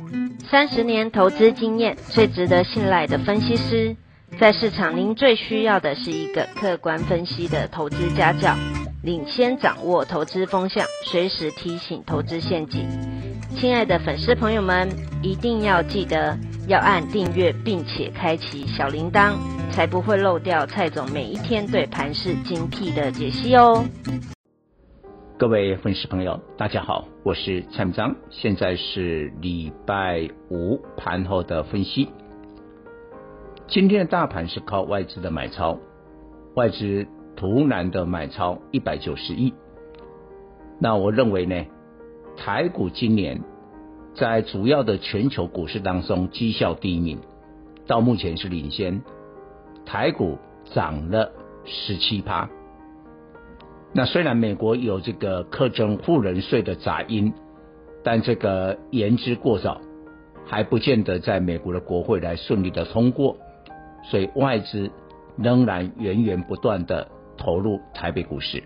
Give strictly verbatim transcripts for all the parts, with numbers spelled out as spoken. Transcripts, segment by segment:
三十年投资经验，最值得信赖的分析师。在市场，您最需要的是一个客观分析的投资家教，领先掌握投资风向，随时提醒投资陷阱。亲爱的粉丝朋友们，一定要记得要按订阅，并且开启小铃铛，才不会漏掉蔡总每一天对盘势精辟的解析哦。 各位粉丝朋友，大家好，我是蔡明彰，现在是礼拜五盘后的分析。今天的大盘是靠外资的买超，外资突然的买超一百九十亿。那我认为呢，台股今年在主要的全球股市当中绩效第一名，到目前是领先，台股涨了 百分之十七。那虽然美国有这个课征富人税的杂音，但这个言之过早，还不见得在美国的国会来顺利的通过，所以外资仍然源源不断的投入台北股市。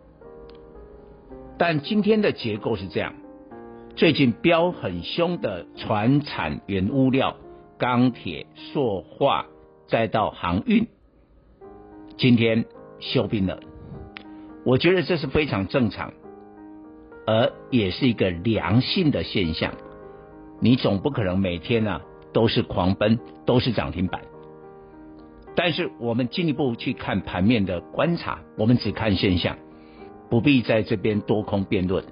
但今天的结构是这样，最近飙很凶的传产原物料、钢铁、塑化，再到航运，今天休兵了。我觉得这是非常正常，而也是一个良性的现象。你总不可能每天啊都是狂奔，都是涨停板。但是我们进一步去看盘面的观察，我们只看现象，不必在这边多空辩论。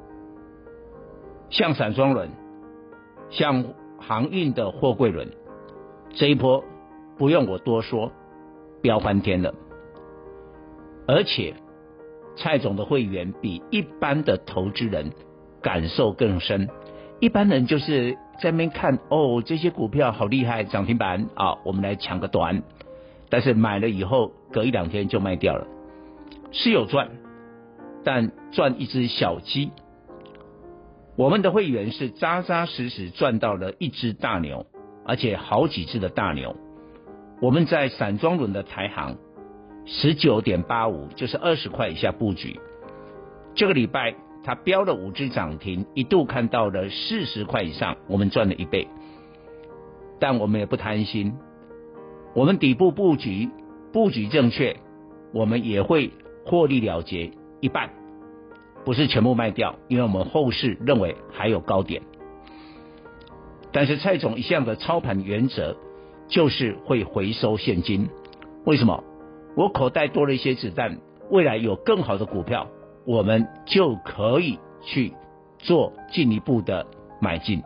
像散装轮，像航运的货柜轮，这一波不用我多说，飙翻天了。而且蔡总的会员比一般的投资人感受更深，一般人就是在那边看，哦，这些股票好厉害，涨停板啊，我们来抢个短，但是买了以后隔一两天就卖掉了，是有赚，但赚一只小鸡。我们的会员是扎扎实实赚到了一只大牛，而且好几只的大牛。我们在散装轮的台航十九点八五， 就是二十块以下布局，这个礼拜它飙了五只涨停，一度看到了四十块以上，我们赚了一倍。但我们也不贪心，我们底部布局布局正确，我们也会获利了结一半，不是全部卖掉，因为我们后市认为还有高点。但是蔡总一向的操盘原则就是会回收现金。为什么？我口袋多了一些子弹，未来有更好的股票，我们就可以去做进一步的买进。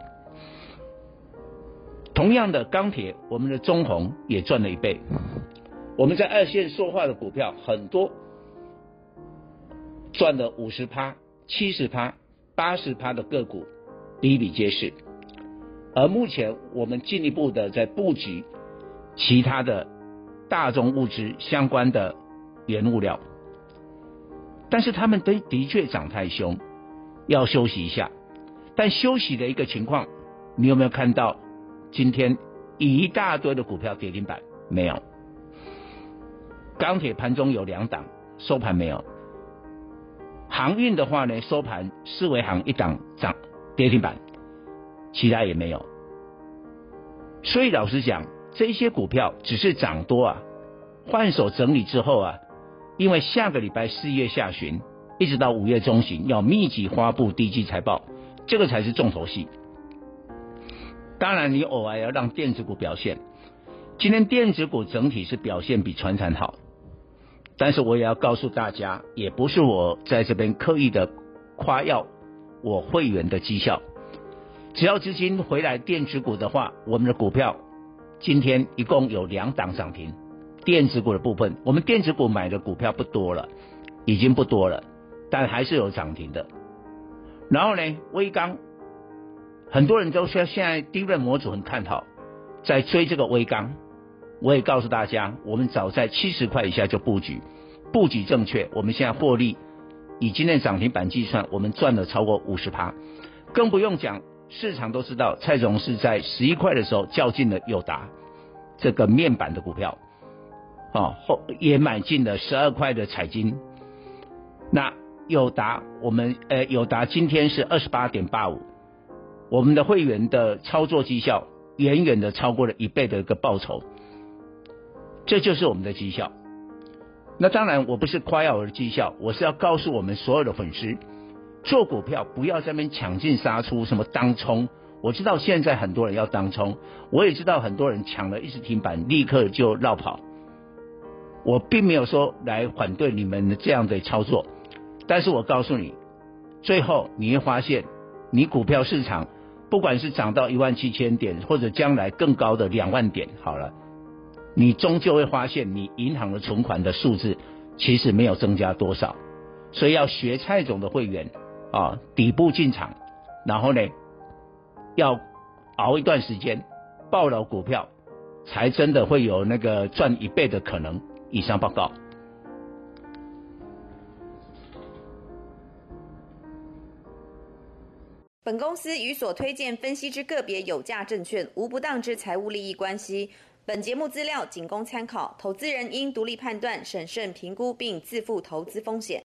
同样的钢铁，我们的中鸿也赚了一倍。我们在二线塑化的股票很多，赚了 百分之五十、七十、八十 的个股比比皆是。而目前我们进一步的在布局其他的大宗物质相关的原物料，但是他们的的确涨太凶，要休息一下。但休息的一个情况，你有没有看到今天一大堆的股票跌停板？没有。钢铁盘中有两档，收盘没有。航运的话呢，收盘四维航一档涨跌停板，其他也没有。所以老实讲，这些股票只是涨多啊，换手整理之后啊，因为下个礼拜四月下旬一直到五月中旬要密集发布第一季财报，这个才是重头戏。当然你偶尔要让电子股表现，今天电子股整体是表现比传产好，但是我也要告诉大家，也不是我在这边刻意的夸耀我会员的绩效，只要资金回来电子股的话，我们的股票今天一共有两档涨停。电子股的部分，我们电子股买的股票不多了，已经不多了，但还是有涨停的。然后呢，微刚，很多人都说现在低润模组很看好，在追这个微刚。我也告诉大家，我们早在七十块以下就布局，布局正确，我们现在获利，以今天涨停板计算，我们赚了超过 百分之五十， 更不用讲，市场都知道蔡总是在十一块的时候较劲了友达这个面板的股票，哦，后也买进了十二块的彩晶。那友达我们呃友达今天是 二十八点八五， 我们的会员的操作绩效远远的超过了一倍的一个报酬，这就是我们的绩效。那当然我不是夸耀我的绩效，我是要告诉我们所有的粉丝，做股票不要在那边抢进杀出，什么当冲。我知道现在很多人要当冲，我也知道很多人抢了一时停板立刻就绕跑，我并没有说来反对你们的这样的操作，但是我告诉你，最后你会发现你股票市场不管是涨到一万七千点或者将来更高的两万点好了，你终究会发现你银行的存款的数字其实没有增加多少。所以要学蔡总的会员啊，底部进场，然后呢要熬一段时间，抱牢股票，才真的会有那个赚一倍的可能。以上报告。 本公司与所推荐分析之个别有价证券无不当之财务利益关系。本节目资料仅供参考，投资人应独立判断、审慎评估并自负投资风险。